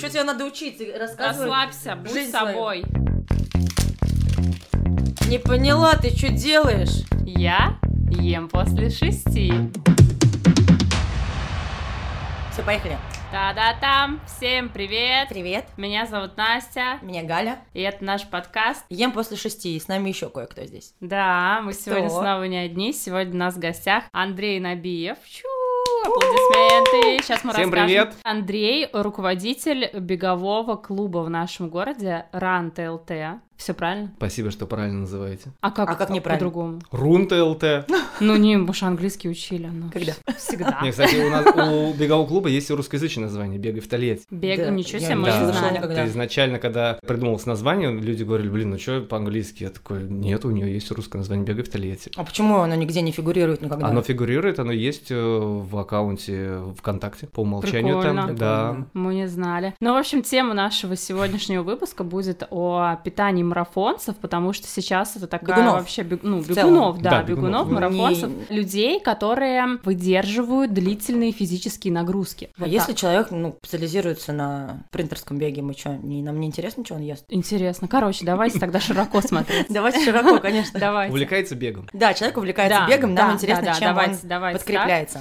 Что тебе надо учить? Рассказывай. Расслабься, будь жизнь собой. Не поняла, ты что делаешь? Я ем после 6. Все, поехали. Та-да-там! Всем привет! Привет. Меня зовут Настя, Меня Галя. и это наш подкаст. Ем после 6, и с нами еще кое-кто здесь. Да, мы Кто? сегодня снова не одни. Сегодня у нас в гостях Андрей Набиев. Аплодисменты. Сейчас мы Всем расскажем. привет. Андрей — руководитель бегового клуба в нашем городе Run TLT. Все правильно? Спасибо, что правильно называете. А как неправильно? по-другому? Рунта ЛТ. Ну, не, мы же английский учили. Ну, Когда? Всегда. Не, кстати, у бегового клуба есть и русскоязычное название «Бегай в Тольятти». Бег, Да, ничего я себе, мы не не слышала знали. никогда. Это изначально, когда придумалось название, люди говорили, блин, ну что по-английски? Я такой, нет, у нее есть русское название «Бегай в Тольятти». А почему оно нигде не фигурирует никогда? Оно фигурирует, оно есть в аккаунте ВКонтакте по умолчанию Прикольно. там. Да. Мы не знали. Ну, в общем, тема нашего сегодняшнего выпуска будет о питании марафонцев, потому что сейчас это такая Бегунов. вообще... целом. бегунов, да, Да, бегунов, бегунов. марафонцев. Людей, которые выдерживают длительные физические нагрузки. А Вот если так. человек, специализируется на спринтерском беге, мы что, нам не интересно, что он ест? Интересно. Короче, давайте тогда широко смотреть. Давайте широко, конечно. Давайте. Увлекается бегом. Да, человек увлекается Да, бегом, нам да, интересно, да, чем давайте, он давайте, подкрепляется.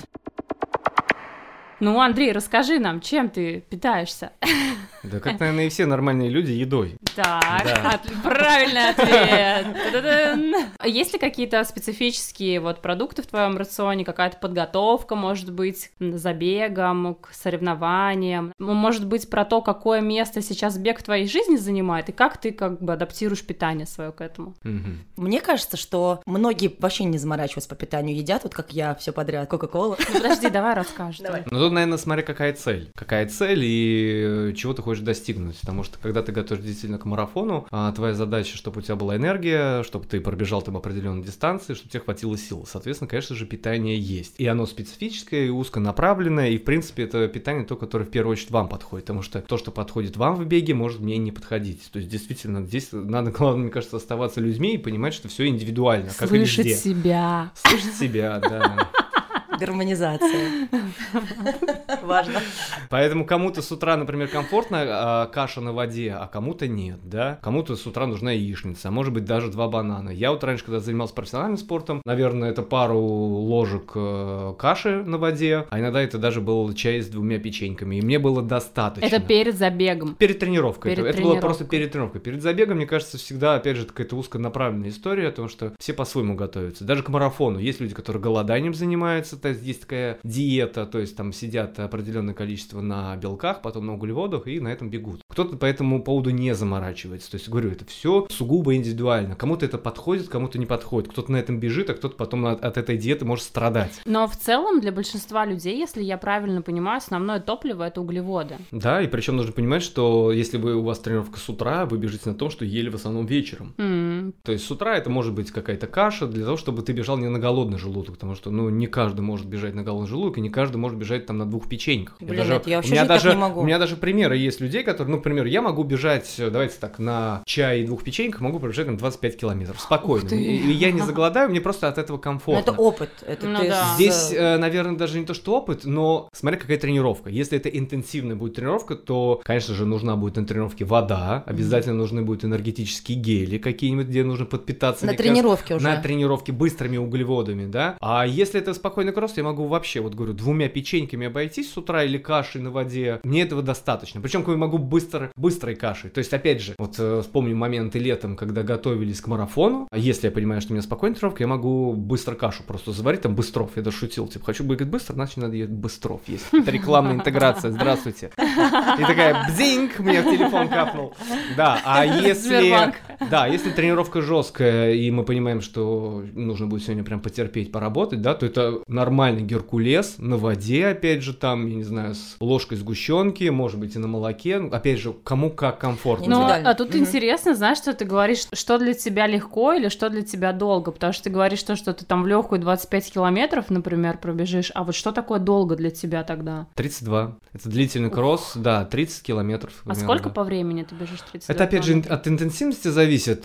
Ну, Андрей, расскажи нам, чем ты питаешься? Да как, наверное, и все нормальные люди едой. Так, Да. правильный ответ. Та-да-дан. Есть ли какие-то специфические вот продукты в твоем рационе, какая-то подготовка, может быть, к забегам, к соревнованиям? Может быть, про то, какое место сейчас бег в твоей жизни занимает, и как ты как бы адаптируешь питание свое к этому? Мгм. Мне кажется, что многие вообще не заморачиваются по питанию, едят, вот как я, все подряд, Кока-Кола. Ну, подожди, давай расскажешь. Давай. Ну, тут, наверное, смотри, какая цель. Какая цель и чего ты хочешь достигнуть. Потому что, когда ты готовишь действительно к марафону, твоя задача, чтобы у тебя была энергия, чтобы ты пробежал там определенные дистанции, чтобы тебе хватило сил. Соответственно, конечно же, питание есть. И оно специфическое, и узконаправленное, и, в принципе, это питание то, которое в первую очередь вам подходит. Потому что то, что подходит вам в беге, может мне не подходить. То есть, действительно, здесь надо, главное, мне кажется, оставаться людьми и понимать, что все индивидуально, как и Слышать везде. себя. Слышать себя, да. Гармонизация. Важно. Поэтому кому-то с утра, например, комфортно каша на воде, а кому-то нет, да? Кому-то с утра нужна яичница, а может быть даже 2 банана. Я вот раньше, когда занимался профессиональным спортом, наверное, это пару ложек каши на воде, а иногда это даже был чай с 2 печеньками, и мне было достаточно. Это перед забегом. Перед тренировкой. Перед это было тренировкой. просто перед тренировкой. Перед забегом, мне кажется, всегда, опять же, какая-то узконаправленная история, потому что все по-своему готовятся. Даже к марафону. Есть люди, которые голоданием занимаются, то есть есть такая диета, то есть там сидят определенное количество на белках, потом на углеводах и на этом бегут. Кто-то по этому поводу не заморачивается. То есть, говорю, это все сугубо индивидуально. Кому-то это подходит, кому-то не подходит. Кто-то на этом бежит, а кто-то потом от этой диеты может страдать. Но в целом для большинства людей, если я правильно понимаю, основное топливо — это углеводы. Да, и причем нужно понимать, что если у вас тренировка с утра, вы бежите на том, что ели в основном вечером. То есть с утра это может быть какая-то каша для того, чтобы ты бежал не на голодный желудок, потому что, не каждый может бежать на голодный желудок, и не каждый может бежать там на 2 печеньках. Блин, это я вообще жить даже, так не могу. У меня даже примеры есть людей, которые, например, я могу бежать, давайте так, на чай и 2 печеньках, могу пробежать там 25 километров, спокойно. Ух ты. И я не заголодаю, мне просто от этого Но комфортно. это опыт. Это Ну ты да. Здесь, наверное, даже не то, что опыт, но смотри, какая тренировка. Если это интенсивная будет тренировка, то, конечно же, нужна будет на тренировке вода, обязательно нужны будут энергетические гели какие-нибудь, где нужно подпитаться. на мне кажется, тренировке уже. на тренировке быстрыми углеводами, да. А если это спокойный кросс, я могу вообще, вот говорю, 2 печеньками обойтись с утра или кашей на воде. Мне этого достаточно. Причем я могу быстрой кашей. То есть, опять же, вот вспомню моменты летом, когда готовились к марафону. А если я понимаю, что у меня спокойная тренировка, я могу быстро кашу просто заварить, там быстров. Я даже шутил, типа, хочу бегать быстро, значит, надо есть быстров. Есть это рекламная интеграция. Здравствуйте. И такая, бзинг, мне в телефон капнул. Да, а Сбербанк. если тренировка жесткая, и мы понимаем, что нужно будет сегодня прям потерпеть, поработать, да, то это нормальный геркулес на воде, опять же, там, я не знаю, с ложкой сгущенки, может быть, и на молоке. Опять же, кому как комфортно. Ну, Индивидуально. а тут интересно, знаешь, что ты говоришь, что для тебя легко или что для тебя долго, потому что ты говоришь то, что ты там в легкую 25 километров, например, пробежишь, а вот что такое долго для тебя тогда? 32. Это длительный кросс, да, 30 километров. А примерно, сколько да. по времени ты бежишь 32 Это, опять же, километра? от интенсивности зависит. Там, не знаю,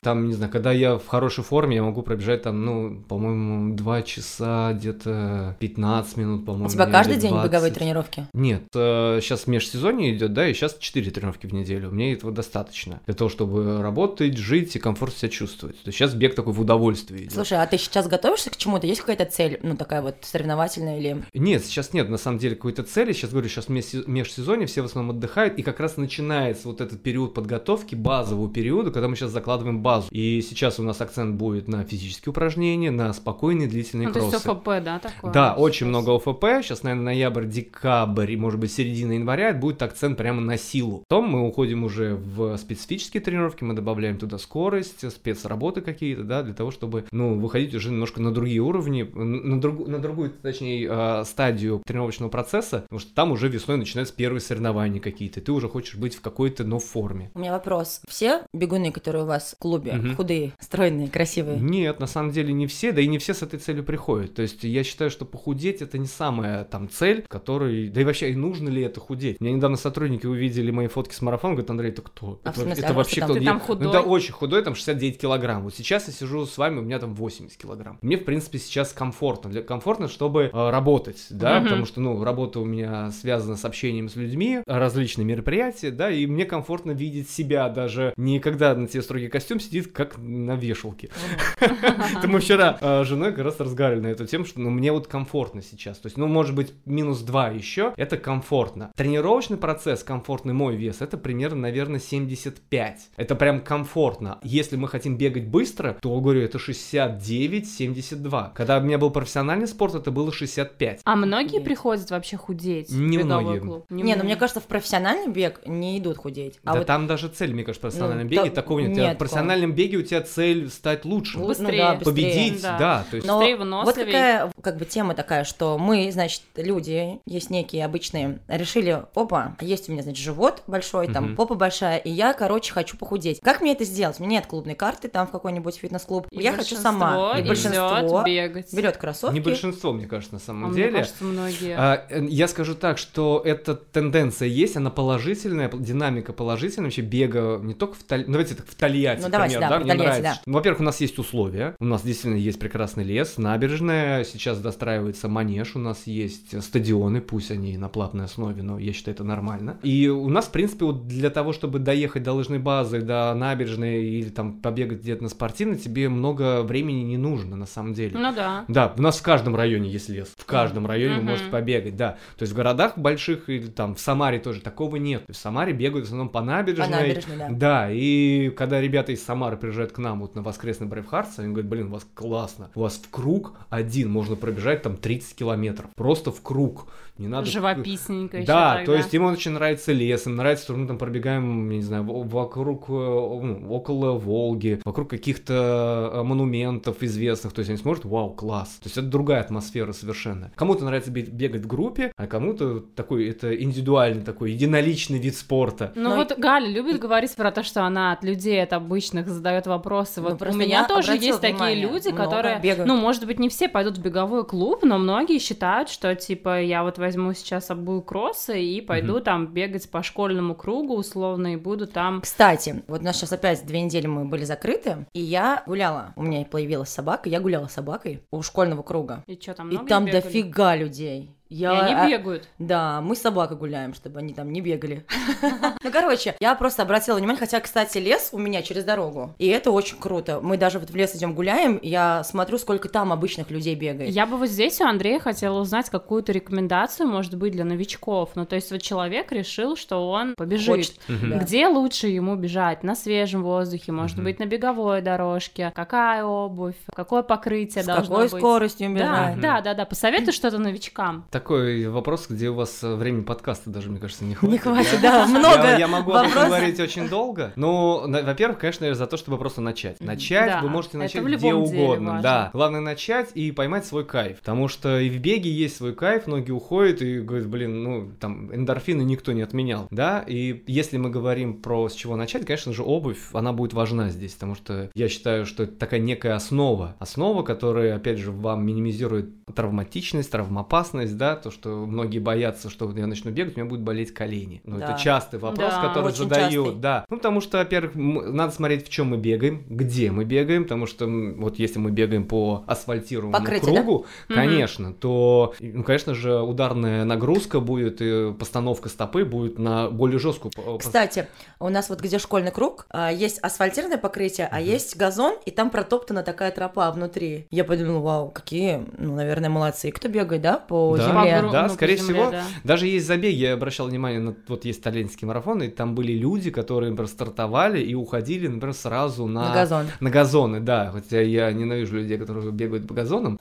достаточно. Когда я в хорошей форме, я могу пробежать там, ну, по-моему, 2 часа, где-то 15 минут, по-моему. У тебя каждый или день 20. беговые тренировки? Нет, сейчас межсезонье идет, да, и сейчас 4 тренировки в неделю. Мне этого достаточно для того, чтобы работать, жить и комфортно себя чувствовать. То есть сейчас бег такой в удовольствии идет. Слушай, а ты сейчас готовишься к чему-то? Есть какая-то цель, ну, такая вот соревновательная или... Нет, сейчас нет, на самом деле, какой-то цели. Сейчас, говорю, сейчас межсезонье, все в основном отдыхают, и как раз начинается вот этот период подготовки, базового периода, когда мы сейчас закладываем базу. И сейчас у нас акцент будет на физические упражнения, на спокойные длительные кроссы. То есть ОФП, да, такое? Да, очень много ОФП. Сейчас, наверное, ноябрь, декабрь, и, может быть, середина января будет акцент прямо на силу. Потом мы уходим уже в специфические тренировки, мы добавляем туда скорость, спецработы какие-то, да, для того, чтобы, ну, выходить уже немножко на другие уровни, на другую, точнее, стадию тренировочного процесса, потому что там уже весной начинаются первые соревнования какие-то, и ты уже хочешь быть в какой-то, но форме. У меня вопрос. Все бегуны, которые у вас в клубе, худые, стройные, красивые? Нет, на самом деле не все, да и не все с этой целью приходят. То есть я считаю, что похудеть это не самая там цель, которой, да и вообще, и нужно ли это худеть? У меня недавно сотрудники увидели мои фотки с марафона, говорят, Андрей, это кто? А в смысле, это вообще кто? Ты там худой? Ну, да, очень худой, там 69 килограмм. Вот сейчас я сижу с вами, у меня там 80 килограмм. Мне, в принципе, сейчас комфортно. Комфортно, чтобы работать, да, потому что, ну, работа у меня связана с общением с людьми, различные мероприятия, да, и мне комфортно видеть себя даже не когда на тебе строгий костюм сидит, как на вешалке. Это мы вчера с женой как раз разговаривали на эту тему, что, ну, мне вот комфортно сейчас. То есть, ну, может быть, -2 еще, это комфортно. Тренировочный процесс, комфортный мой вес, это примерно, наверное, 75. Это прям комфортно. Если мы хотим бегать быстро, то, говорю, это 69-72. Когда у меня был профессиональный спорт, это было 65. А многие приходят вообще худеть в беговой клуб? Не, ну мне кажется, в профессиональный бег не идут худеть. Да, там даже цель, мне кажется, в профессиональном беге такого нет. В профессиональном беге у тебя цель стать лучшим. Быстрее. Победить, да. То есть... Но быстрее, выносливее. Вот какая, как бы, тема такая, что мы, значит, люди, есть некие обычные, решили, опа, есть у меня, значит, живот большой, там, попа большая, и я, короче, хочу похудеть. Как мне это сделать? У меня нет клубной карты, там, в какой-нибудь фитнес-клуб. И я хочу сама. И большинство бегать. Берет кроссовки. Не большинство, мне кажется, на самом Мне деле. кажется, многие. Я скажу так, что эта тенденция есть, она положительная, динамика положительная, вообще бега не только в Тольятти, давайте так, в Тольятти, ну, давайте, например, да, мне Тольятти, нравится. да. Во-первых, у нас есть условия, у нас действительно есть прекрасный лес, набережная, сейчас достраивается манеж, у нас есть стадионы, пусть они на платной основе, но я считаю, это нормально. И у нас, в принципе, вот для того, чтобы доехать до лыжной базы, до набережной или там побегать где-то на спортивной, тебе много времени не нужно, на самом деле. Ну да. Да, у нас в каждом районе есть лес, в каждом районе вы можете побегать, да. То есть в городах больших или там в Самаре тоже такого нет. В Самаре бегают в основном по набережной. По набережной, да. Да, и когда ребята из Самары приезжают к нам вот на воскресный Брейвхартс, они говорят, блин, у вас классно, у вас в круг один можно пробежать там 30 километров, просто в круг. Не надо... Живописненько еще да, тогда. то есть им очень нравится лес, им нравится, что мы там пробегаем, не знаю, вокруг, около Волги, вокруг каких-то монументов известных, то есть они смотрят, вау, класс. То есть это другая атмосфера совершенно. Кому-то нравится бегать в группе, а кому-то такой, это индивидуальный такой, единоличный вид спорта. Ну вот Галя любит говорить про то, что она от людей, от обычных задает вопросы. Вот у меня тоже есть такие люди, которые, ну, может быть, не все пойдут в беговой клуб, но многие считают, что, типа, я вот возьму сейчас обую кроссы и пойду там бегать по школьному кругу условно и буду там... Кстати, вот у нас сейчас опять 2 недели мы были закрыты, и я гуляла, у меня появилась собака, я гуляла с собакой у школьного круга. И что, там и там бегали? дофига людей. И они бегают. Да, мы с собакой гуляем, чтобы они там не бегали. Ну, короче, я просто обратила внимание, хотя, кстати, лес у меня через дорогу, и это очень круто. Мы даже вот в лес идем гуляем, я смотрю, сколько там обычных людей бегает. Я бы вот здесь у Андрея хотела узнать какую-то рекомендацию, может быть, для новичков. Ну, то есть вот человек решил, что он побежит. Где лучше ему бежать? На свежем воздухе, может быть, на беговой дорожке? Какая обувь? Какое покрытие должно быть? С какой скоростью бежать? Да. Посоветуй что-то новичкам. Такой вопрос, где у вас времени подкаста даже, мне кажется, не хватит. Не хватит, да, много. Я могу об этом говорить очень долго. Ну, во-первых, конечно, я за то, чтобы просто начать. Начать вы можете начать где угодно. Да, главное начать и поймать свой кайф. Потому что и в беге есть свой кайф, многие уходят и говорят, блин, ну, там, эндорфины никто не отменял, да, и если мы говорим про с чего начать, конечно же, обувь, она будет важна здесь, потому что я считаю, что это такая некая основа, которая, опять же, вам минимизирует травматичность, травмоопасность, да, да, то, что многие боятся, что я начну бегать, у меня будут болеть колени. Но Да. это частый вопрос, Да, который очень задают. частый. Да. Ну, потому что, во-первых, надо смотреть, в чем мы бегаем, где мы бегаем, потому что вот если мы бегаем по асфальтированному Покрытие, кругу, да? конечно, то, ну, конечно же, ударная нагрузка будет, и постановка стопы будет на более жесткую. Кстати, у нас вот где школьный круг, есть асфальтированное покрытие, а есть газон, и там протоптана такая тропа внутри. Я подумала, вау, какие, ну, наверное, молодцы. Кто бегает, да, по Да, земле? да, Ну, по скорее земле, всего. да. Даже есть забеги, я обращал внимание на, вот есть Таллинский марафон, и там были люди, которые, например, стартовали и уходили, например, сразу На газон. на газоны, да, хотя я ненавижу людей, которые бегают по газонам.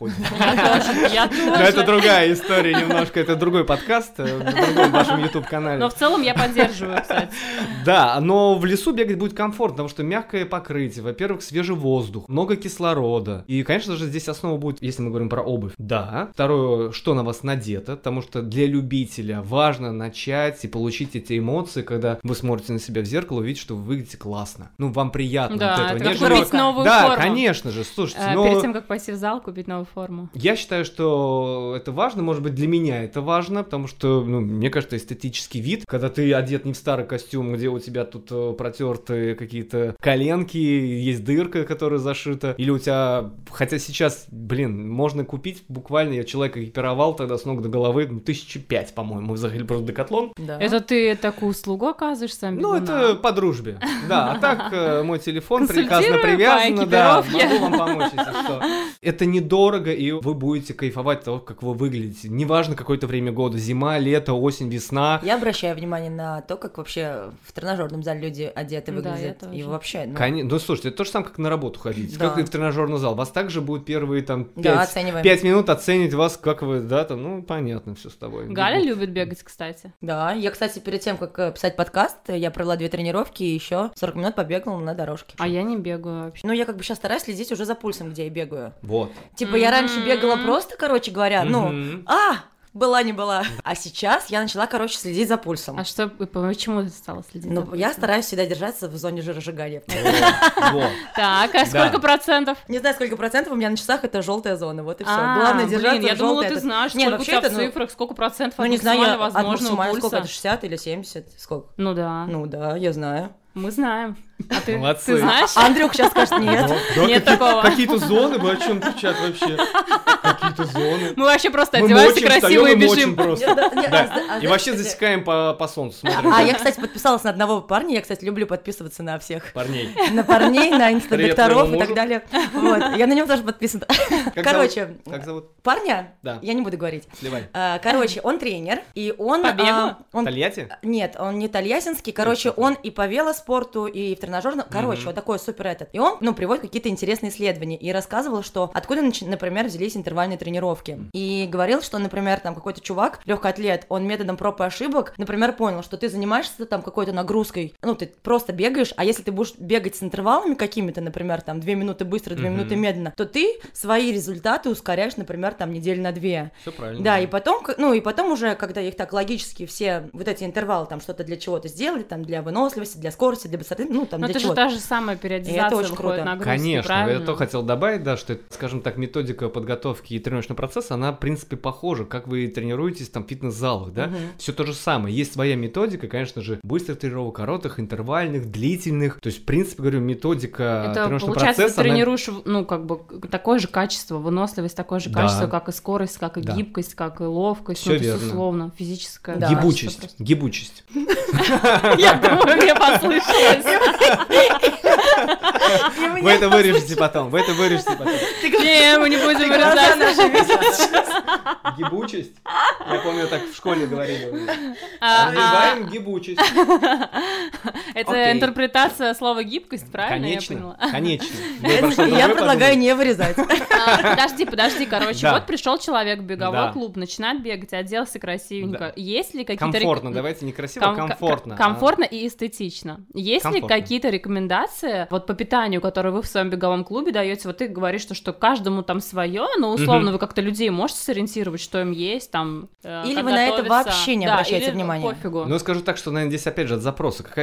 Я Но это тоже. другая история немножко, это другой подкаст на другом вашем YouTube-канале. Но в целом я поддерживаю, кстати. Да, но в лесу бегать будет комфортно, потому что мягкое покрытие, во-первых, свежий воздух, много кислорода. И, конечно же, здесь основа будет, если мы говорим про обувь. Да. Второе, что на вас надето, потому что для любителя важно начать и получить эти эмоции, когда вы смотрите на себя в зеркало, увидите, что вы выглядите классно. Ну, вам приятно Да, от этого. это как нежели- купить новую Да, форму. конечно же, слушайте, Перед тем, как пойти в зал, купить новую форму. я считаю, что это важно, может быть, для меня это важно, потому что, ну, мне кажется, эстетический вид, когда ты одет не в старый костюм, где у тебя тут протертые какие-то коленки, есть дырка, которая зашита, или у тебя, хотя сейчас, блин, можно купить буквально, я человека экипировал тогда с ног до головы, 1005, по-моему, мы заходили просто в Декатлон. Да. Это ты такую услугу оказываешь сам Ну, это по дружбе, да, а так мой телефон приказно Консультирую привязан, по да, экипировке. могу вам помочь, если что. Это недорого, и вы будете кайфовать от того, как вы выглядите. Неважно, какое-то время года, зима, лето, осень, весна. Я обращаю внимание на то, как вообще в тренажерном зале люди одеты, Да, я выглядят. тоже. И вообще, ну, Ну, слушайте, это то же самое, как на работу ходить, Да. как и в тренажерный зал. Вас также будут первые там да, оцениваем. 5 минут оценить вас, как вы, да, там, ну, понятно все с тобой. Галя любит бегать, кстати. Да, я, кстати, перед тем, как писать подкаст, я провела 2 тренировки и еще 40 минут побегала на дорожке. А я не бегаю вообще. Ну, я как бы сейчас стараюсь следить уже за пульсом, где я бегаю. Вот. Типа, я раньше бегала просто, короче говоря, Мгм. была не была. А сейчас я начала, короче, следить за пульсом. А что, почему ты стала следить? Ну, за я пульсом? стараюсь всегда держаться в зоне жиросжигания. Вот. Так, а сколько процентов? Не знаю, сколько процентов, у меня на часах это желтая зона, вот и все. А, Главное блин, держаться я в думала, желтой ты это- знаешь, Не, сколько у вообще тебя в это, ну, цифрах, сколько процентов Ну, от не знаю, я максимально от возможного максимально сколько, пульса. это 60 или 70, сколько? Ну да, Ну да, я знаю. мы знаем. А ты Молодцы. знаешь? А Андрюх сейчас скажет нет. Да, Нет какие- такого. Какие-то зоны, вы о чем кричат вообще? Какие-то зоны. Мы вообще просто Мы одеваемся мочим, красиво встаём и мочим бежим. просто. Да. И вообще засекаем по солнцу, смотрим. А я, кстати, подписалась на одного парня, я, кстати, люблю подписываться на всех. Парней. На парней, на Привет инстадокторов твоему и так мужу. далее. Вот, я на него тоже подписана. Как Короче, зовут? Как зовут? парня, Да. я не буду говорить. Сливай. Короче, он тренер, и он... По бегу? он Тольятти? Нет, он не тольяттинский, короче, он и по велоспорту, и в тренажерном, короче, вот такой супер этот. И он, ну, приводит какие-то интересные исследования, и рассказывал, что откуда, например, взялись интервальные тренировки. И говорил, что, например, там какой-то чувак, легкоатлет, он методом проб и ошибок, например, понял, что ты занимаешься там какой-то нагрузкой, ну, ты просто бегаешь, а если ты будешь бегать с интервалами какими-то, например, там 2 минуты быстро, 2 минуты медленно, то ты свои результаты ускоряешь, например, там недели на 2. Все правильно. Да, и потом, ну, и потом уже, когда их так логически все вот эти интервалы, там, что-то для чего-то сделали, там, для выносливости, для скорости, для быстроты, ну, там, Но для это же чего-то. та же самая периодизация очень выходит круто. нагрузки, Конечно, правильно? я то хотел добавить, да, что, скажем так, методика подготовки и тренировочного процесса, она, в принципе, похожа, как вы тренируетесь там в фитнес-залах, да, все то же самое. Есть своя методика, конечно же, быстрых тренировок, коротких, интервальных, длительных, то есть, в принципе, говорю, методика Это, тренировочного получается, процесса, ты она- тренируешь, ну, как бы, такое же качество, выносливость, такое же Да. качество, как и скорость, как и Да. гибкость, как и ловкость, Всё ну, то есть, верно. условно, физическое. Да. Гибучесть, качество гибучесть. просто. Я думаю, мне послышалось. Вы это вырежете потом, вы это вырежете потом. Не, мы не будем Глаза вырезать. наши видят. Гибучесть? Я помню, так в школе говорили. А, Развиваем гибучесть. Это Окей. интерпретация слова гибкость, правильно я Конечно, поняла? конечно. Я предлагаю не вырезать. Подожди, короче, Да. вот пришел человек в беговой Да. клуб, начинает бегать, оделся красивенько. Да. Есть ли какие-то... Комфортно, давайте не красиво, а комфортно. Комфортно и эстетично. Есть ли Комфортно. какие-то рекомендации вот по питанию, которые вы в своем беговом клубе даете? Вот ты говоришь, что каждому там свое, но условно вы как-то людей можете сориентировать, что им есть там. Или как вы на это готовиться? вообще не Да, обращаете или внимания? Пофигу. Ну, скажу так, что, наверное, здесь опять же от запроса. Какая цель,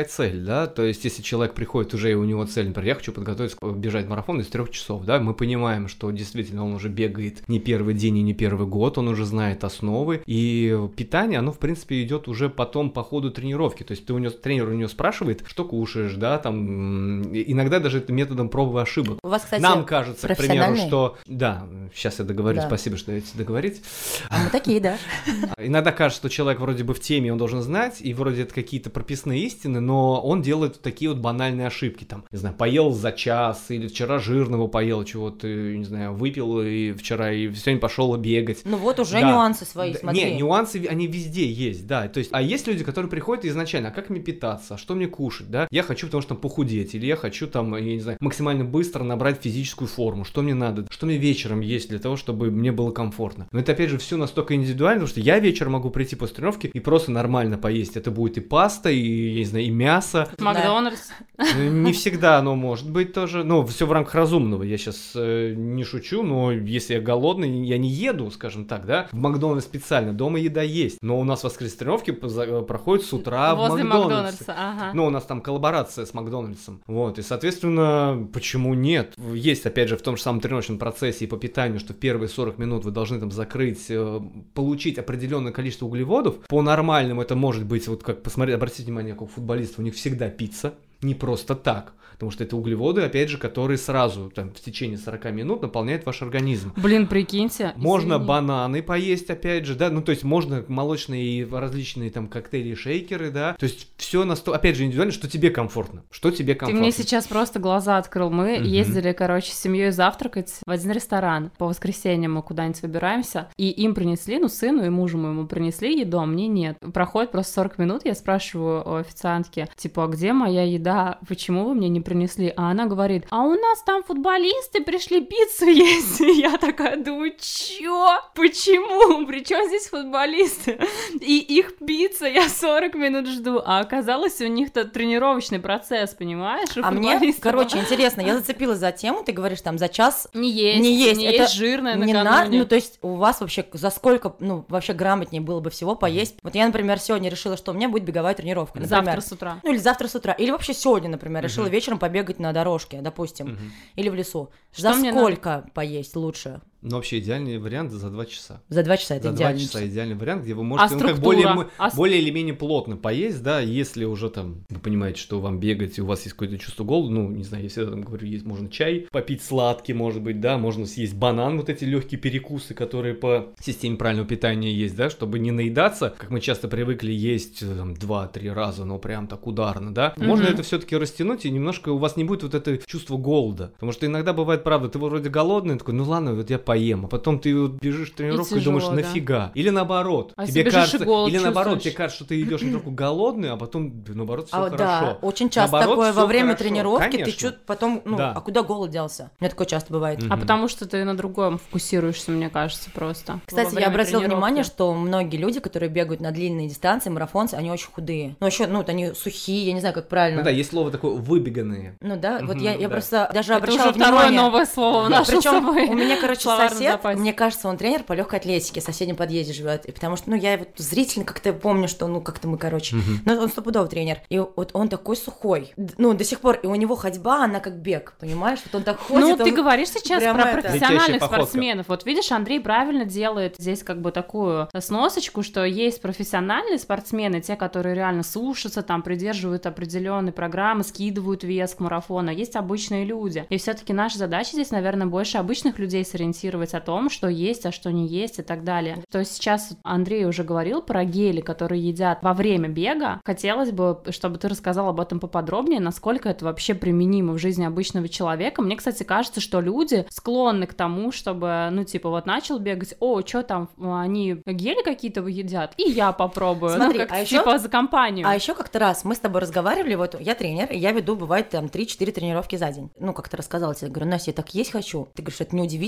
да, то есть если человек приходит уже и у него цель, например, я хочу подготовиться бежать марафон из 3 часов, да, мы понимаем, что действительно он уже бегает не первый день и не первый год, он уже знает основы, и питание, оно в принципе идет уже потом по ходу тренировки, то есть тренер у него спрашивает, что кушаешь, да, там, иногда даже это методом проб и ошибок. У вас, кстати, нам кажется, к примеру, что, да, сейчас я договорю, да. Спасибо, что даете договорить. А мы такие, да. Иногда кажется, что человек вроде бы в теме, он должен знать, и вроде это какие-то прописные истины, но он делает такие вот банальные ошибки, там, не знаю, поел за час, или вчера жирного поел, чего-то, не знаю, выпил и вчера, и сегодня пошел бегать. Ну вот уже нюансы свои, смотри. Не, нюансы, они везде есть, да, то есть, а есть люди, которые приходят изначально, а как мне питаться, а что мне кушать, да, я хочу, потому что там похудеть, или я хочу там, я не знаю, максимально быстро набрать физическую форму, что мне надо, что мне вечером есть для того, чтобы мне было комфортно. Но это, опять же, все настолько индивидуально, потому что я вечером могу прийти после тренировки и просто нормально поесть, это будет и паста, и, я не знаю, и мясо. Макдональдс. Не всегда оно может быть тоже, ну, все в рамках разумного, я сейчас не шучу, но если я голодный, я не еду, скажем так, да, в Макдональдс специально, дома еда есть, но у нас воскресные тренировки проходят с утра возле в Макдональдса. Ага. Ну, у нас там коллаборация с Макдональдсом, вот, и, соответственно, почему нет? Есть, опять же, в том же самом тренировочном процессе и по питанию, что в первые 40 минут вы должны там закрыть, получить определенное количество углеводов, по нормальному это может быть, вот как посмотреть, обратите внимание, как у футболистов, у них всегда пицца, не просто так, потому что это углеводы, опять же, которые сразу там в течение 40 минут наполняют ваш организм. Блин, прикиньте. Можно извини. бананы поесть, опять же, да, ну то есть можно молочные и различные там коктейли, шейкеры, да, то есть все опять же, индивидуально, что тебе комфортно, Ты мне сейчас просто глаза открыл. Мы ездили, короче, с семьей завтракать в один ресторан. По воскресеньям мы куда-нибудь выбираемся, и им принесли, ну, сыну и мужу моему принесли еду, а мне нет. Проходит просто 40 минут, я спрашиваю у официантки, типа, а где моя еда? Почему вы мне не принесли? А она говорит, а у нас там футболисты пришли пиццу есть. И я такая думаю, чё? Почему? Причем здесь футболисты? И их пицца, я 40 минут жду, а оказалось у них-то тренировочный процесс, понимаешь? А мне, короче, интересно, я зацепилась за тему, ты говоришь, там, за час не есть это жирное не накануне. надо, ну, то есть у вас вообще за сколько, ну, вообще грамотнее было бы всего поесть. Вот я, например, сегодня решила, что у меня будет беговая тренировка, например. Завтра с утра. Ну, или завтра с утра, или вообще сегодня, например, решила вечером побегать на дорожке, допустим, или в лесу. Что за мне сколько поесть лучше? Ну, вообще идеальный вариант за 2 часа. За 2 часа это за идеально. 2 часа идеальный вариант, где вы можете структура? более или менее плотно поесть, да, если уже там, вы понимаете, что вам бегать, и у вас есть какое-то чувство голода, ну, не знаю, я всегда там говорю, есть, можно чай попить сладкий, может быть, да, можно съесть банан, вот эти легкие перекусы, которые по системе правильного питания есть, да, чтобы не наедаться, как мы часто привыкли есть там 2-3 раза, но прям так ударно, да, можно это все-таки растянуть, и немножко у вас не будет вот это чувство голода, потому что иногда бывает, правда, ты вроде голодный, такой, ну ладно, вот я поем, а потом ты бежишь в тренировку и думаешь, нафига? Или наоборот, тебе кажется, или наоборот, тебе кажется, что ты идешь на тренировку голодный, а потом, наоборот, все хорошо. Да, очень часто наоборот, такое во время хорошо. тренировки, Конечно. ты что-то потом, ну, Да. а куда голод делся? У меня такое часто бывает. А потому что ты на другом фокусируешься, мне кажется, просто. Кстати, я обратила внимание, что многие люди, которые бегают на длинные дистанции, марафонцы, они очень худые. Ну, еще, ну, вот они сухие, я не знаю, как правильно. Ну да, есть слово такое «выбеганные». Ну да, вот я да. просто даже это обращала уже второе внимание. новое слово в нашем Причем собой. у меня, короче, словарном сосед, запасе. мне кажется, он тренер по легкой атлетике, в соседнем подъезде живет. И потому что, ну, я вот зрительно как-то помню, что, ну, как-то мы, короче, ну, он стопудовый тренер. И вот он такой сухой. Ну, до сих пор. И у него ходьба, она как бег, понимаешь? Вот он так ходит. Ну, ты говоришь сейчас прям про это... профессиональных Летящая походка. спортсменов. Вот видишь, Андрей правильно делает здесь как бы такую сносочку, что есть профессиональные спортсмены, те, которые реально сушатся, там, придерживают определенные программы, скидывают вес к марафону. Есть обычные люди. И все-таки наша задача здесь, наверное, больше обычных людей сориентировать о том, что есть, а что не есть и так далее. То есть сейчас Андрей уже говорил про гели, которые едят во время бега. Хотелось бы, чтобы ты рассказал об этом поподробнее, насколько это вообще применимо в жизни обычного человека. Мне, кстати, кажется, что люди склонны к тому, чтобы, ну, типа, вот начал бегать, о, что там, они гели какие-то едят, и я попробую. Смотри, ну, как а ещё... типа за компанию. А еще как-то раз мы с тобой разговаривали, вот я тренер, и я веду, бывает, там, 3-4 тренировки за день. Ну, как-то рассказала тебе, говорю, Настя, я так есть хочу. Ты говоришь, это неудивительно, надо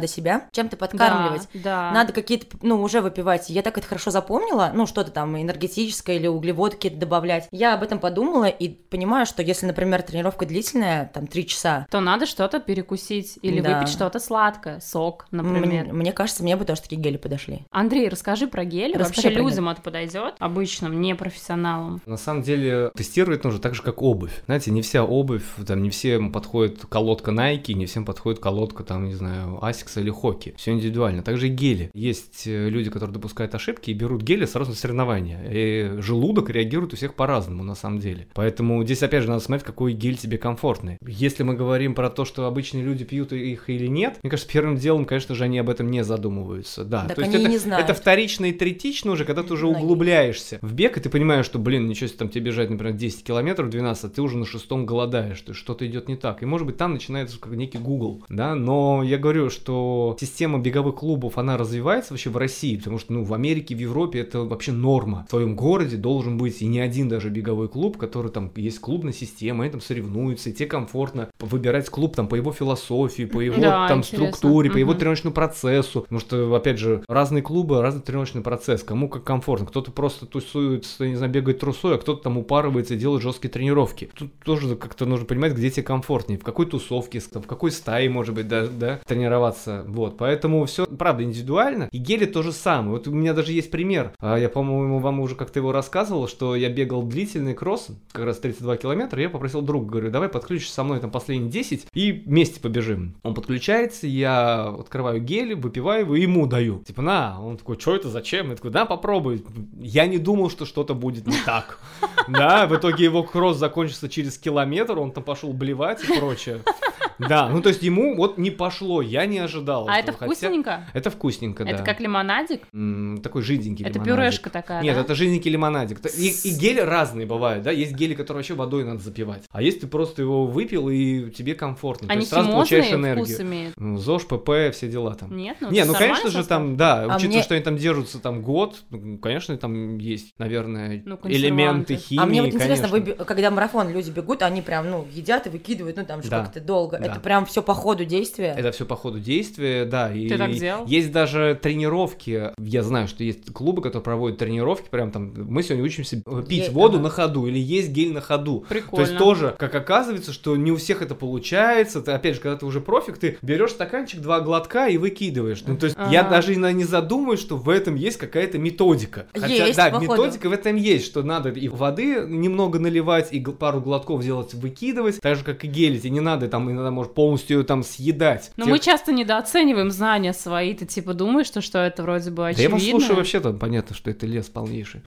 себя чем-то подкармливать. Да. Надо какие-то, уже выпивать. Я так это хорошо запомнила, что-то там энергетическое или углеводы какие-то добавлять. Я об этом подумала и понимаю, что если, например, тренировка длительная, там 3 часа, то надо что-то перекусить или выпить что-то сладкое, сок, например. Мне кажется, мне бы тоже такие гели подошли. Андрей, расскажи про гели. Вообще людям это подойдет, обычным, непрофессионалам? На самом деле тестировать нужно так же, как обувь. Знаете, не вся обувь, там не всем подходит колодка Nike, не всем подходит колодка, там, не знаю, Asics или Hoki. Все индивидуально. Также и гели. Есть люди, которые допускают ошибки и берут гели сразу на соревнования. И желудок реагирует у всех по-разному, на самом деле. Поэтому здесь, опять же, надо смотреть, какой гель тебе комфортный. Если мы говорим про то, что обычные люди пьют их или нет, мне кажется, первым делом, конечно же, они об этом не задумываются. Да, так то есть они это, не знают. Это вторично и третично уже, когда ты уже углубляешься в бег, и ты понимаешь, что, ничего себе, там тебе бежать, например, 10 километров, 12, а ты уже на 6-м голодаешь, то есть что-то идет не так. И, может быть, там начинается как некий Google, да, но я говорю, что система беговых клубов, она развивается вообще в России, потому что, в Америке, в Европе это вообще норма. В твоем городе должен быть и не один даже беговой клуб, который там, есть клубная система, они там соревнуются, и тебе комфортно выбирать клуб там по его философии, по его там структуре, по его тренировочному процессу, потому что, опять же, разные клубы, разный тренировочный процесс, кому как комфортно, кто-то просто тусуется, не знаю, бегает трусой, а кто-то там упарывается и делает жесткие тренировки. Тут тоже как-то нужно понимать, где тебе комфортнее, в какой тусовке, в какой стае, может быть, да, тренироваться, вот, поэтому все, правда, индивидуально, и гели то же самое. Вот у меня даже есть пример, я, по-моему, вам уже как-то его рассказывал, что я бегал длительный кросс, как раз 32 километра, я попросил друга, говорю, давай подключишься со мной там последние 10 и вместе побежим. Он подключается, я открываю гель, выпиваю его и ему даю. Типа, на, он такой, что это, зачем? Я такой, да, попробуй. Я не думал, что что-то будет не так. Да, в итоге его кросс закончился через километр, он там пошел блевать и прочее. Да, то есть ему вот не пошло, я не ожидал. А это вкусненько? Это вкусненько, да. Это как лимонадик? Такой жиденький лимонадик. Это пюрешка такая, Нет, да? это жиденький лимонадик. И гели разные бывают, да, есть гели, которые вообще водой надо запивать. А есть ты просто его выпил и тебе комфортно. Они сразу получаешь энергию. Вкус имеют? ЗОЖ, ПП, все дела там. Нет? Конечно же, там, да, учитывая, что они там держатся там год, конечно, там есть, наверное, элементы химии, А мне вот интересно, когда марафон люди бегут, они прям, едят и выкидывают, там же как-то долго. Да. Это прям все по ходу действия? Это все по ходу действия, да. Ты так делал? Есть даже тренировки, я знаю, что есть клубы, которые проводят тренировки, прям там, мы сегодня учимся пить воду на ходу или есть гель на ходу. Прикольно. То есть тоже, как оказывается, что не у всех это получается, ты, опять же, когда ты уже профик, ты берешь стаканчик, 2 глотка и выкидываешь. То есть я даже не задумываюсь, что в этом есть какая-то методика. Есть, да, походу. методика в этом есть, что надо и воды немного наливать, и пару глотков делать, выкидывать, так же, как и гели, тебе не надо там, иногда, может, полностью там съедать. Но мы часто недооцениваем знания свои, ты типа думаешь, что это вроде бы очевидно. Да я вас слушаю, вообще там понятно, что это лес полнейший.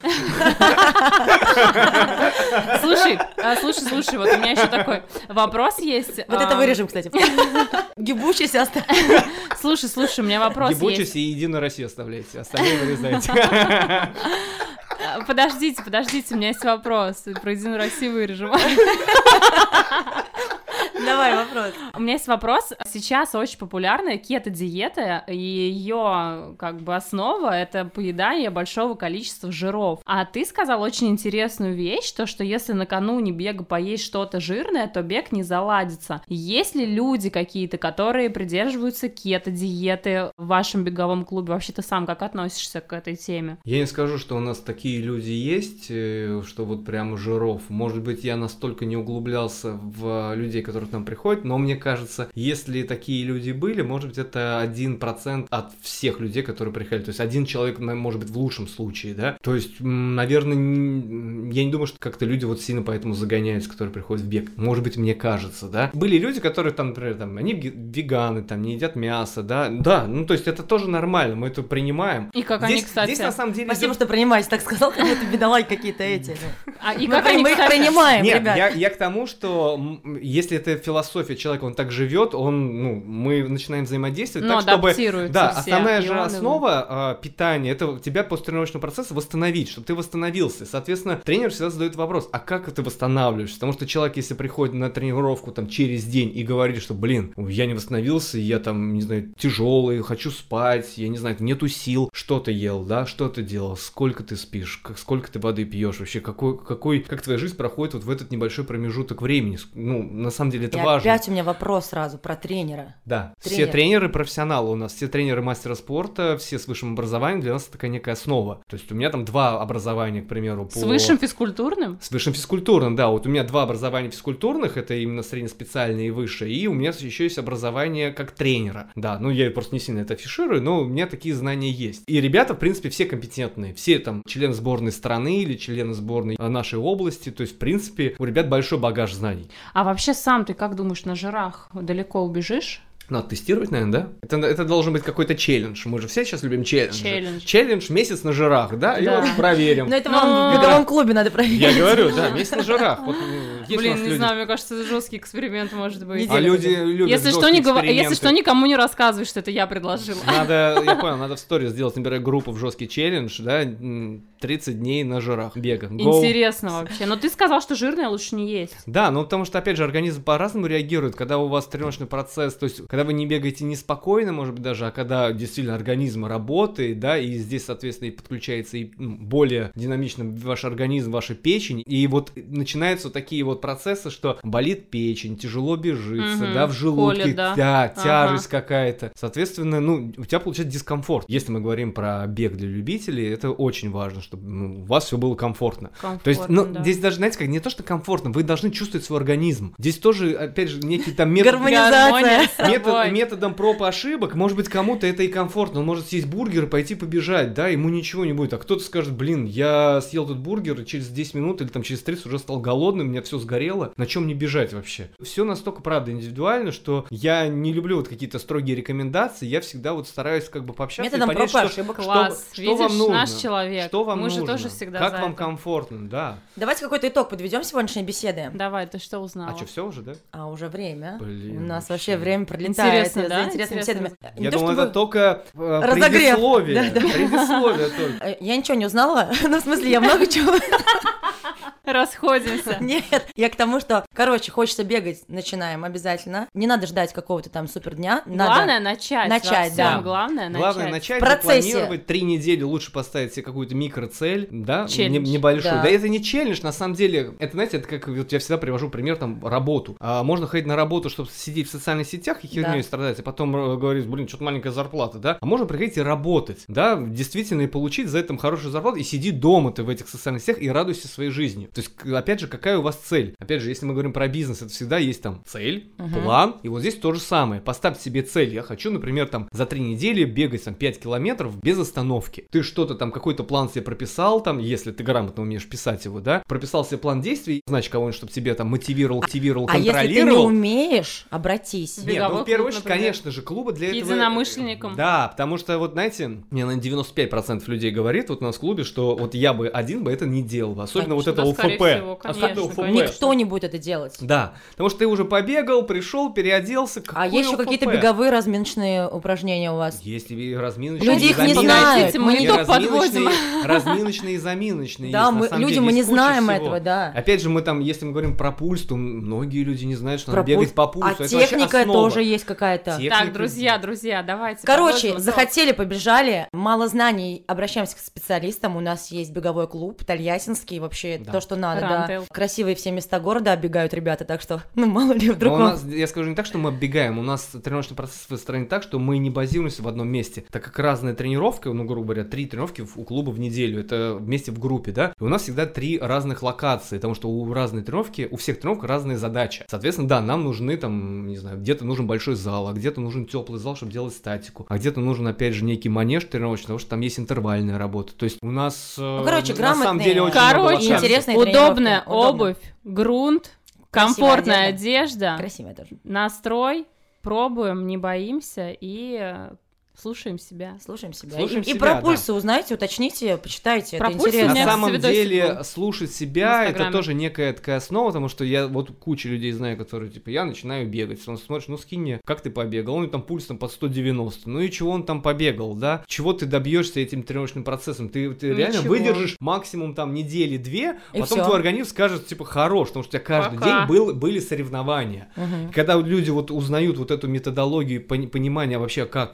Слушай, вот у меня еще такой вопрос есть. Вот это вырежем, кстати. Гибучийся оставь. Слушай, у меня вопрос есть. Гибучийся и Единую Россию оставляйте, остальные вырезайте. Подождите, у меня есть вопрос. Про Единую Россию вырежем. Давай вопрос. У меня есть вопрос. Сейчас очень популярная кето-диета, и ее основа — это поедание большого количества жиров. А ты сказал очень интересную вещь, что если накануне бега поесть что-то жирное, то бег не заладится. Есть ли люди какие-то, которые придерживаются кето-диеты в вашем беговом клубе? Вообще ты сам как относишься к этой теме? Я не скажу, что у нас такие люди есть, что вот прямо жиров. Может быть, я настолько не углублялся в людей, которые к нам приходят, но мне кажется, если такие люди были, может быть, это 1% от всех людей, которые приходили. То есть один человек, может быть, в лучшем случае, да. То есть, наверное, я не думаю, что как-то люди вот сильно поэтому загоняются, которые приходят в бег. Может быть, мне кажется, да. Были люди, которые там, например, они веганы, там, не едят мясо, да. Да, то есть это тоже нормально, мы это принимаем. И как здесь, они, кстати... Здесь, на самом деле... Спасибо, что принимаете, так сказал, как будто бедолаги какие-то эти. И как они, мы их принимаем, нет, ребят. Я к тому, что если это философия человека, он так живет, мы начинаем взаимодействовать так, чтобы... Да, основная же основа питания, это тебя после тренировочного процесса восстановить, чтобы ты восстановился. Соответственно, тренер всегда задает вопрос, а как ты восстанавливаешься? Потому что человек, если приходит на тренировку там через день и говорит, что, я не восстановился, я там, не знаю, тяжелый, хочу спать, я не знаю, нету сил, что ты ел, да, что ты делал, сколько ты спишь, сколько ты воды пьешь, вообще, как твоя жизнь проходит вот в этот небольшой промежуток времени. На самом деле это важно. Опять у меня вопрос сразу про тренера. Да, все тренеры профессионалы у нас, все тренеры мастера спорта, все с высшим образованием, для нас это такая некая основа. То есть у меня там 2 образования, к примеру, С высшим физкультурным? С высшим физкультурным, да. Вот у меня 2 образования физкультурных, это именно среднеспециальное и высшее, и у меня еще есть образование как тренера. Да, ну я просто не сильно это афиширую, но у меня такие знания есть. И ребята, в принципе, все компетентные, все там члены сборной страны или члены сборной нашей области, то есть, в принципе, у ребят большой багаж знаний. А вообще сам ты как думаешь, на жирах далеко убежишь? Надо тестировать, наверное, да? Это должен быть какой-то челлендж. Мы же все сейчас любим челленджи. Челлендж месяц на жирах, да? И вот проверим. Но это вам в беговом клубе надо проверить. Я говорю, да, месяц на жирах. Вот, блин, не знаю, мне кажется, это жесткий эксперимент может быть. А люди любят если что, никому не рассказывай, что это я предложила. Я понял, надо в сторис сделать, например, группу в жесткий челлендж, да, 30 дней на жирах бега. Интересно вообще. Но ты сказал, что жирное лучше не есть. Да, ну потому что, опять же, организм по-разному реагирует, когда у вас тренировочный процесс, то есть, когда вы не бегаете неспокойно, может быть, даже, а когда действительно организм работает, да, и здесь, соответственно, и подключается и более динамично ваш организм, ваша печень, и вот начинаются вот такие вот процессы, что болит печень, тяжело бежится, да, в желудке, колет, да. Тяжесть какая-то. Соответственно, ну, у тебя получается дискомфорт. Если мы говорим про бег для любителей, это очень важно, чтобы у вас все было комфортно. То есть, ну, да. Здесь даже, знаете, как не то, что комфортно, вы должны чувствовать свой организм. Здесь тоже, опять же, некий там метод... Методом проб и ошибок, может быть, кому-то это и комфортно, он может съесть бургер и пойти побежать, да, ему ничего не будет, а кто-то скажет, блин, я съел тут бургер, и через 10 минут или там через 30 уже стал голодным, у меня все сгорело, на чем мне бежать вообще? Все настолько, правда, индивидуально, что я не люблю вот какие-то строгие рекомендации, я всегда вот стараюсь как бы пообщаться методом и понять, проб и ошибок. Класс. Что видишь, вам нужно, наш человек, что вам мы нужно, же тоже всегда как за вам это. комфортно, да. Давайте какой-то итог подведем сегодняшней беседы. Давай, ты что узнала? А что, все уже, да? А уже время. Блин, у нас вообще время пролетает. Интересно, да? За интересными беседами. Я думал, это только разогрев. Предисловие. Предисловие только. Я ничего не узнала, ну, в смысле, я много чего... Расходимся. Нет, я к тому, что, короче, хочется бегать, начинаем обязательно. Не надо ждать какого-то там супер дня. Главное начать. Да. Главное начать. В процессе. Запланировать 3 недели, лучше поставить себе какую-то микроцель, да, небольшую. Да. Да, это не челлендж, на самом деле. Это, знаете, это как вот я всегда привожу пример, там, работу. Можно ходить на работу, чтобы сидеть в социальных сетях и херней страдать, а потом говорить, блин, что-то маленькая зарплата, да. А можно приходить и работать, да, действительно, и получить за это хорошую зарплату, и сиди дома ты в этих социальных сетях и радуйся своей жизни. То есть, опять же, какая у вас цель? Опять же, если мы говорим про бизнес, это всегда есть там цель, план, и вот здесь то же самое. Поставьте себе цель. Я хочу, например, там за 3 недели бегать там 5 километров без остановки. Ты что-то там, какой-то план себе прописал, там, если ты грамотно умеешь писать его, да, прописал себе план действий, значит, кого-нибудь, чтобы тебе там мотивировал, контролировал. А если ты не умеешь, обратись. Нет, ну в первую очередь, конечно же, клубы для этого... Единомышленникам. Да, потому что, вот знаете, мне, наверное, 95% людей говорит вот у нас в клубе, что вот я бы один бы это не делал, особенно конечно, вот это ОФП. Конечно, никто не будет это делать. Да, потому что ты уже побегал, пришел, переоделся. А есть еще какие-то беговые разминочные упражнения у вас? Есть и разминочные, люди их не знают. Мы не только подводим. Разминочные и заминочные. Да, люди, мы не знаем этого, да. Опять же, мы там, если мы говорим про пульс, то многие люди не знают, что надо бегать по пульсу. А техника тоже есть какая-то. Так, друзья, давайте. Короче, захотели, побежали, мало знаний, обращаемся к специалистам. У нас есть беговой клуб, Тольяттинский, вообще то, что надо, да. Красивые все места города оббегают ребята, так что, мало ли вдруг. Я скажу не так, что мы оббегаем, у нас тренировочный процесс выстроен так, что мы не базируемся в одном месте, так как разная тренировка, ну, грубо говоря, 3 тренировки у клуба в неделю, это вместе в группе, да, и у нас всегда 3 разных локации, потому что у разной тренировки, у всех тренировок разные задачи. Соответственно, да, нам нужны там, не знаю, где-то нужен большой зал, а где-то нужен теплый зал, чтобы делать статику, а где-то нужен, опять же, некий манеж тренировочный, потому что там есть интервальная работа. То есть у нас, на самом деле, очень много интересные удобная обувь, грунт, комфортная одежда, красивая тоже. Настрой, пробуем, не боимся и слушаем себя. И про пульсы узнаете, уточните, почитайте, про это интересно. На самом деле, слушать себя, это тоже некая такая основа, потому что я вот кучу людей знаю, которые, типа, я начинаю бегать, он смотришь, ну скинь мне, как ты побегал, он там пульс там под 190, ну и чего он там побегал, да, чего ты добьешься этим тренировочным процессом, ты реально выдержишь максимум там недели-2, потом твой организм скажет, типа, хорош, потому что у тебя каждый день были соревнования. Когда люди вот узнают вот эту методологию, понимание вообще, как нужен тренировать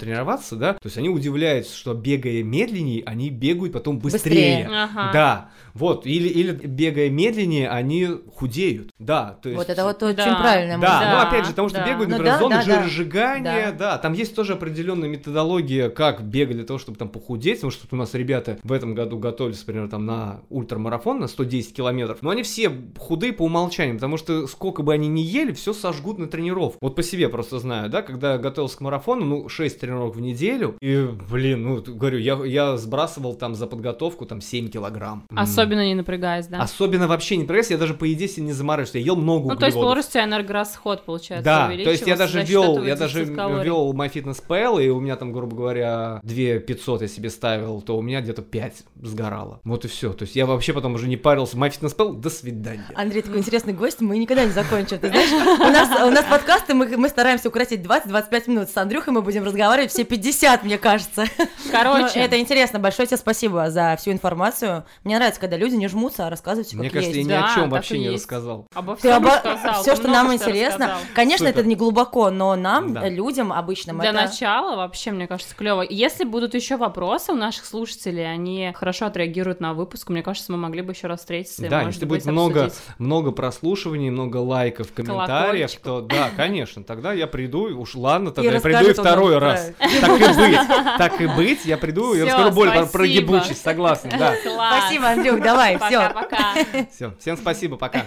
тренироваться, да, то есть они удивляются, что бегая медленнее, они бегают потом быстрее. Ага. Да, вот, или бегая медленнее, они худеют, да, то есть... Вот это вот очень Да. правильная мысль. Да, Да, ну опять же, потому что да. бегают, Ну например, да, зоны да, да. жиросжигания, Да. да, там есть тоже определенная методология, как бегать для того, чтобы там похудеть, потому что у нас ребята в этом году готовились, например, там на ультрамарафон, на 110 километров, но они все худые по умолчанию, потому что сколько бы они ни ели, все сожгут на тренировку. Вот по себе просто знаю, да, когда я готовился к марафону, 6 тренировок в неделю, и, говорю, я сбрасывал там за подготовку там 7 килограмм. Особенно не напрягаясь, да? Особенно вообще не напрягаюсь, я даже по еде себе не заморачиваюсь, я ел много углеводов. То есть получается, у тебя энергорасход, получается, Да, то есть я увеличивался даже за счет этого вел дефицита калорий. MyFitnessPal, и у меня там, грубо говоря, 2500 я себе ставил, то у меня где-то 5 сгорало. Вот и все. То есть я вообще потом уже не парился. MyFitnessPal, до свидания. Андрей такой интересный гость, мы никогда не закончим. Ты знаешь, у нас подкасты, мы стараемся укоротить 20-25 минут. С Андрюхой мы будем разговаривать все 50, мне кажется. Короче. Но это интересно. Большое тебе спасибо за всю информацию. Мне нравится, когда люди не жмутся, а рассказывают все, как Мне кажется, я есть. ни о Да, чем так вообще и не есть. рассказал. Обо Ты всем рассказал. все, ты что много нам что интересно. рассказал. Конечно, Супер. это не глубоко, но нам, Да. людям обычным, Для это... начала вообще, мне кажется, клево. Если будут еще вопросы у наших слушателей, они хорошо отреагируют на выпуск, мне кажется, мы могли бы еще раз встретиться. и, Да, может если быть, будет обсудить. много прослушиваний, много лайков, комментариев, Колокольчиков. то да, конечно, тогда я приду, уж ладно, тогда И я приду и расскажет он нам второй про раз. Так и быть, я приду и Всё, расскажу больше про спасибо. гибучесть, согласен, да. Класс. Спасибо, Андрюх, давай, все. Пока-пока. Все, всем спасибо, пока.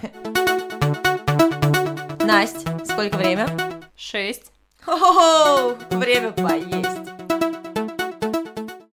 Настя, сколько время? 6. Хо-хо-хо, время поесть.